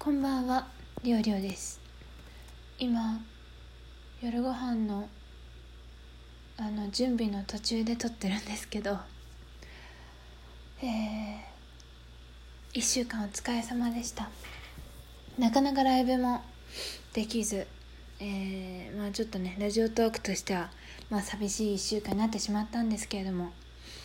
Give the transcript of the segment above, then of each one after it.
こんばんは、りょうりょうです。今夜ご飯の準備の途中で撮ってるんですけど、1週間お疲れ様でした。なかなかライブもできず、ちょっとねラジオトークとしては寂しい1週間になってしまったんですけれども、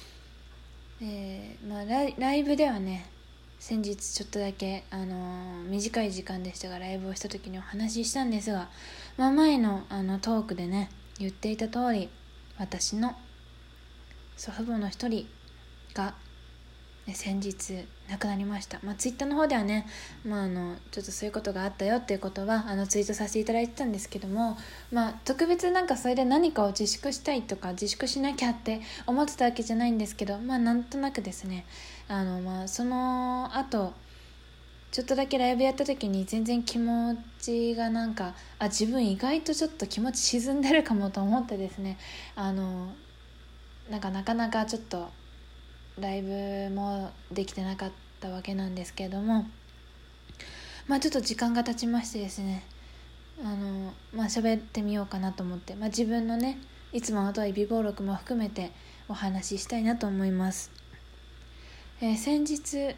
ライブではね先日ちょっとだけ、短い時間でしたがライブをした時にお話ししたんですが、前のトークでね言っていた通り、私の祖父母の一人が先日亡くなりました。ツイッターの方ではね、ちょっとそういうことがあったよっていうことはツイートさせていただいてたんですけども、特別それで何かを自粛したいとか自粛しなきゃって思ってたわけじゃないんですけど、なんとなくですねその後ちょっとだけライブやった時に全然気持ちが自分意外とちょっと気持ち沈んでるかもと思ってですね、なかなかちょっとライブもできてなかったわけなんですけれども、ちょっと時間が経ちましてですね、喋ってみようかなと思って、自分のねいつもの通り備忘録も含めてお話ししたいなと思います。先日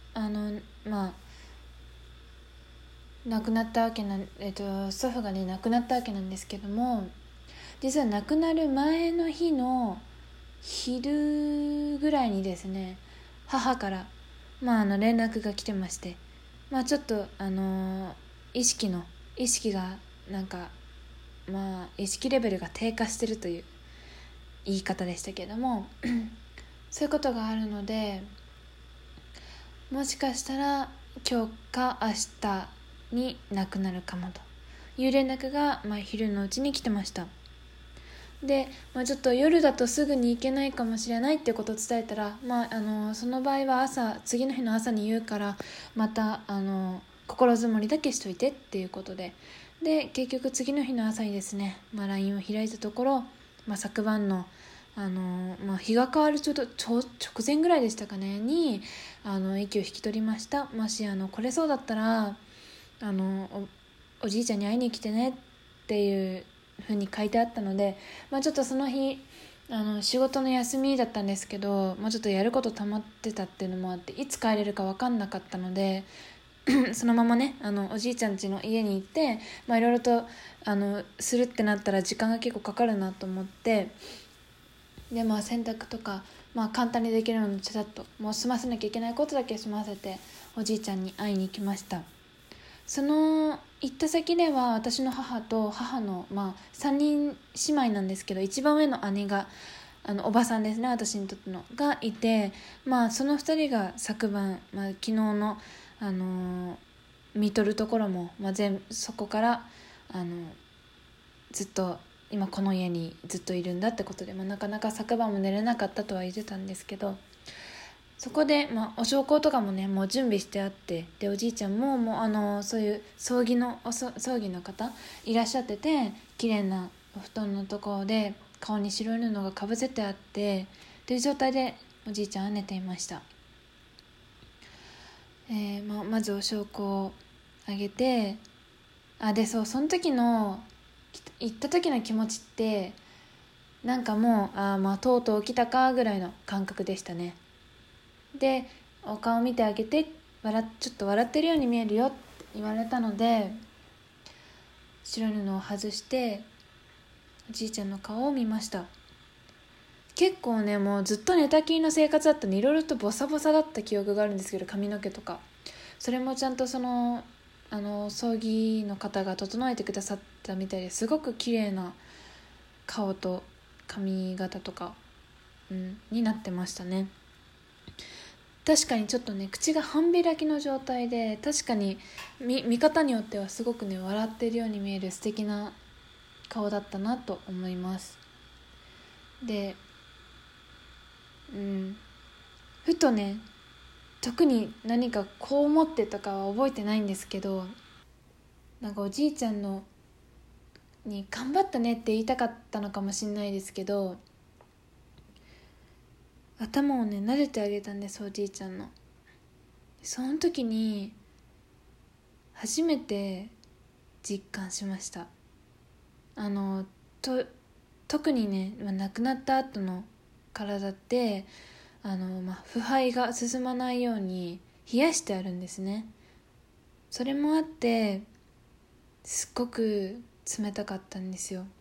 亡くなったわけ祖父がね亡くなったわけなんですけども、実は亡くなる前の日の昼ぐらいにですね、母から連絡が来てまして、ちょっと意識が意識レベルが低下してるという言い方でしたけれどもそういうことがあるので、もしかしたら今日か明日に亡くなるかもという連絡が、昼のうちに来てました。で、ちょっと夜だとすぐに行けないかもしれないってことを伝えたら、その場合は次の日の朝に言うからまた心づもりだけしといてっていうことで、結局次の日の朝にですね、LINE を開いたところ、昨晩の日が変わるちょっと直前ぐらいでしたかねに息を引き取りました。もし来れそうだったらおじいちゃんに会いに来てねっていう風に書いてあったので、ちょっとその日仕事の休みだったんですけど、ちょっとやること溜まってたっていうのもあっていつ帰れるか分かんなかったのでそのままねおじいちゃん家の家に行って、いろいろとするってなったら時間が結構かかるなと思って、で洗濯とか、簡単にできるのでちゃっともう済ませなきゃいけないことだけ済ませておじいちゃんに会いに行きました。その行った先では私の母と母の、3人姉妹なんですけど、一番上の姉がおばさんですね、私にとってのがいて、その2人が昨晩、昨日の、見とるところも、そこからずっと今この家にずっといるんだってことで、なかなか昨晩も寝れなかったとは言ってたんですけど、そこで、お焼香とかもねもう準備してあって、でおじいちゃんもそういう葬儀の方いらっしゃってて、綺麗なお布団のところで顔に白い布がかぶせてあってという状態でおじいちゃんは寝ていました。まずお焼香をあげて、その時の行った時の気持ちってもうとうとう来たかぐらいの感覚でしたね。でお顔見てあげて、ちょっと笑ってるように見えるよって言われたので、白い布を外しておじいちゃんの顔を見ました。結構ねもうずっと寝たきりの生活だったのでいろいろとボサボサだった記憶があるんですけど、髪の毛とかそれもちゃんと葬儀の方が整えてくださったみたいで、すごく綺麗な顔と髪型とか、になってましたね。確かにちょっとね口が半開きの状態で、確かに見方によってはすごくね笑ってるように見える素敵な顔だったなと思います。でふとね、特に何かこう思ってとかは覚えてないんですけど、おじいちゃんに頑張ったねって言いたかったのかもしれないですけど、頭をね撫でてあげたんです、おじいちゃんの。その時に初めて実感しました。特にね、亡くなった後の体って腐敗が進まないように冷やしてあるんですね。それもあってすっごく冷たかったんですよ。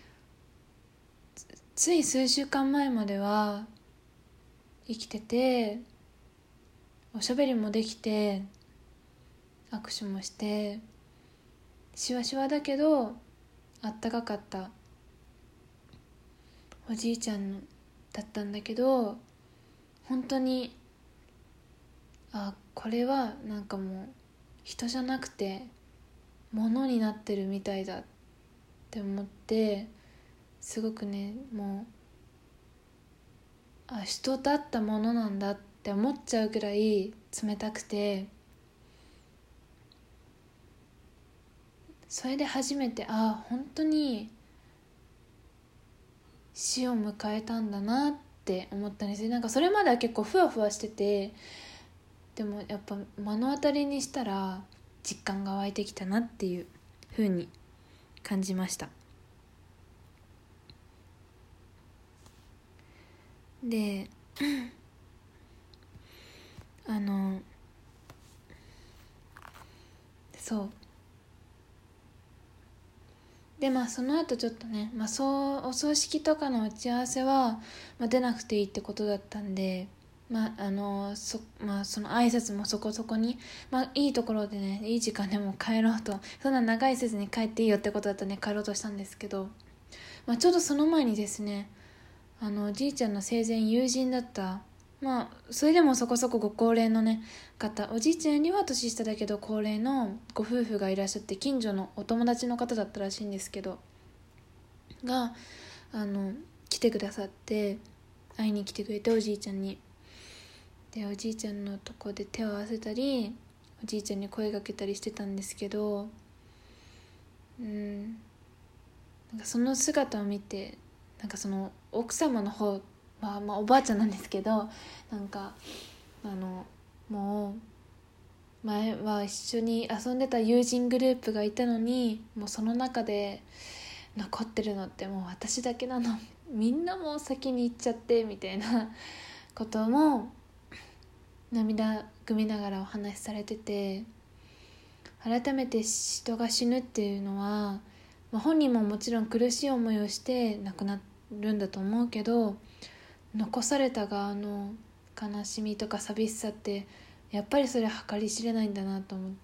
つい数週間前までは生きてて、おしゃべりもできて、握手もして、しわしわだけどあったかかったおじいちゃんだったんだけど、本当にこれはなんかもう人じゃなくて物になってるみたいだって思って、すごくね、もう人だったものなんだって思っちゃうくらい冷たくて、それで初めて本当に死を迎えたんだなって思ったんですよ。なんかそれまでは結構ふわふわしてて、でもやっぱ目の当たりにしたら実感が湧いてきたなっていう風に感じました。でそうで、その後ちょっとね、お葬式とかの打ち合わせは、出なくていいってことだったんで、その挨拶もそこそこに、いいところでね、いい時間でも帰ろうと、そんな長いせずに帰っていいよってことだったらね、帰ろうとしたんですけど、ちょうどその前にですね、おじいちゃんの生前友人だった、それでもそこそこご高齢のね方、おじいちゃんよりは年下だけど高齢のご夫婦がいらっしゃって、近所のお友達の方だったらしいんですけど、が来てくださって、会いに来てくれて、おじいちゃんに。でおじいちゃんのとこで手を合わせたり、おじいちゃんに声かけたりしてたんですけど、なんかその姿を見て、なんかその奥様の方は、おばあちゃんなんですけど、なんかもう前は一緒に遊んでた友人グループがいたのに、もうその中で残ってるのってもう私だけなの、みんなもう先に行っちゃってみたいなことも涙ぐみながらお話しされてて、改めて人が死ぬっていうのは、本人ももちろん苦しい思いをして亡くなるんだと思うけど、残された側の悲しみとか寂しさってやっぱりそれ計り知れないんだなと思って、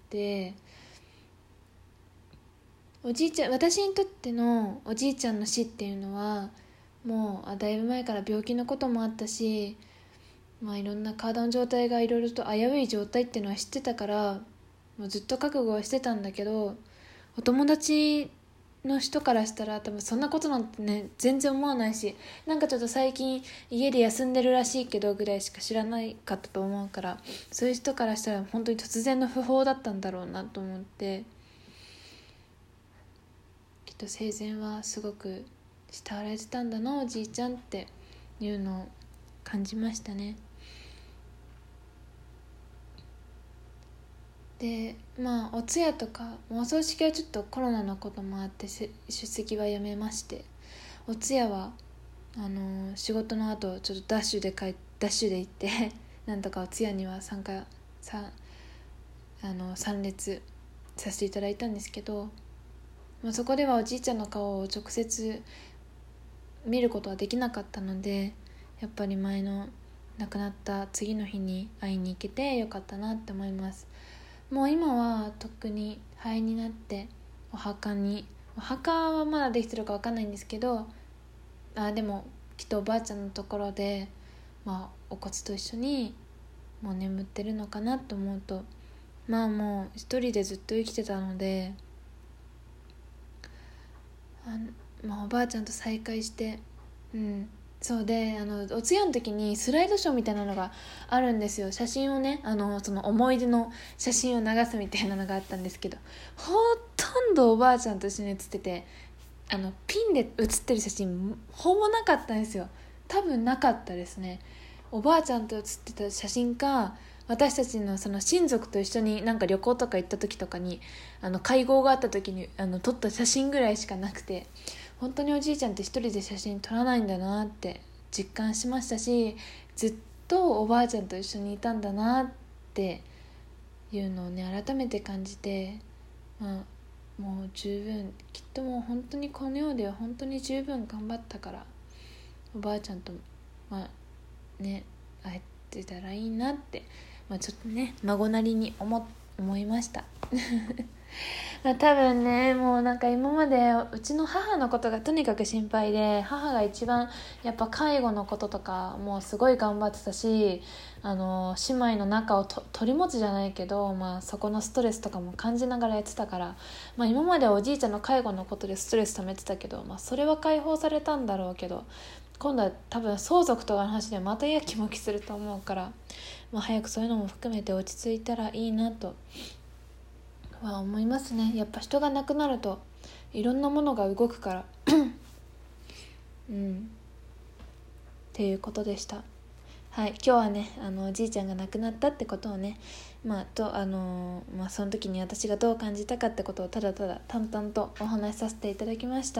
私にとってのおじいちゃんの死っていうのはもうだいぶ前から病気のこともあったし、いろんな体の状態がいろいろと危うい状態っていうのは知ってたから、もうずっと覚悟はしてたんだけど、お友達の人からしたら多分そんなことなんてね全然思わないし、なんかちょっと最近家で休んでるらしいけどぐらいしか知らないかったと思うから、そういう人からしたら本当に突然の訃報だったんだろうなと思って、きっと生前はすごく慕われてたんだなおじいちゃんっていうのを感じましたね。でお通夜とかお葬式はちょっとコロナのこともあって出席はやめまして、お通夜は仕事の後ちょっとダッシュで行ってなんとかお通夜には参列させていただいたんですけど、そこではおじいちゃんの顔を直接見ることはできなかったので、やっぱり前の亡くなった次の日に会いに行けてよかったなって思います。もう今は特に灰になってお墓はまだできてるか分かんないんですけど、でもきっとおばあちゃんのところで、お骨と一緒にもう眠ってるのかなと思うと、もう一人でずっと生きてたので、おばあちゃんと再会して、そうでお通夜の時にスライドショーみたいなのがあるんですよ。写真をねその思い出の写真を流すみたいなのがあったんですけど、ほとんどおばあちゃんと一緒に写ってて、ピンで写ってる写真ほぼなかったんですよ。多分なかったですね。おばあちゃんと写ってた写真か、 私たちのその親族と一緒になんか旅行とか行った時とかに会合があった時に撮った写真ぐらいしかなくて、本当におじいちゃんって一人で写真撮らないんだなって実感しましたし、ずっとおばあちゃんと一緒にいたんだなっていうのをね改めて感じて、もう十分きっともう本当にこの世では本当に十分頑張ったから、おばあちゃんと会えてたらいいなって、ちょっとね孫なりに思いました多分ねもうなんか今までうちの母のことがとにかく心配で、母が一番やっぱ介護のこととかもうすごい頑張ってたし、姉妹の仲を取り持つじゃないけど、そこのストレスとかも感じながらやってたから、今までおじいちゃんの介護のことでストレス溜めてたけど、それは解放されたんだろうけど、今度は多分相続とかの話でまたやきもきすると思うから、早くそういうのも含めて落ち着いたらいいなとは思いますね。やっぱ人が亡くなるといろんなものが動くからっていうことでした。はい、今日はねおじいちゃんが亡くなったってことをねその時に私がどう感じたかってことをただただ淡々とお話しさせていただきました。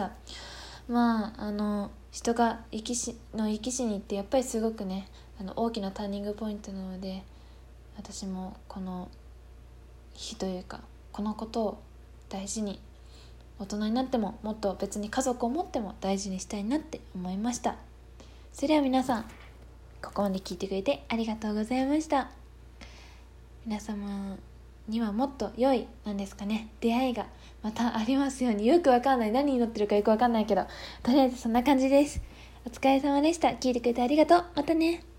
人が生き死にってやっぱりすごくね大きなターニングポイントなので、私もこの日というかこのことを大事に、大人になってももっと別に家族を持っても大事にしたいなって思いました。それでは皆さんここまで聞いてくれてありがとうございました。皆様にはもっと良い出会いがまたありますように。よくわかんない、何に乗ってるかよくわかんないけど、とりあえずそんな感じです。お疲れ様でした。聞いてくれてありがとう。またね。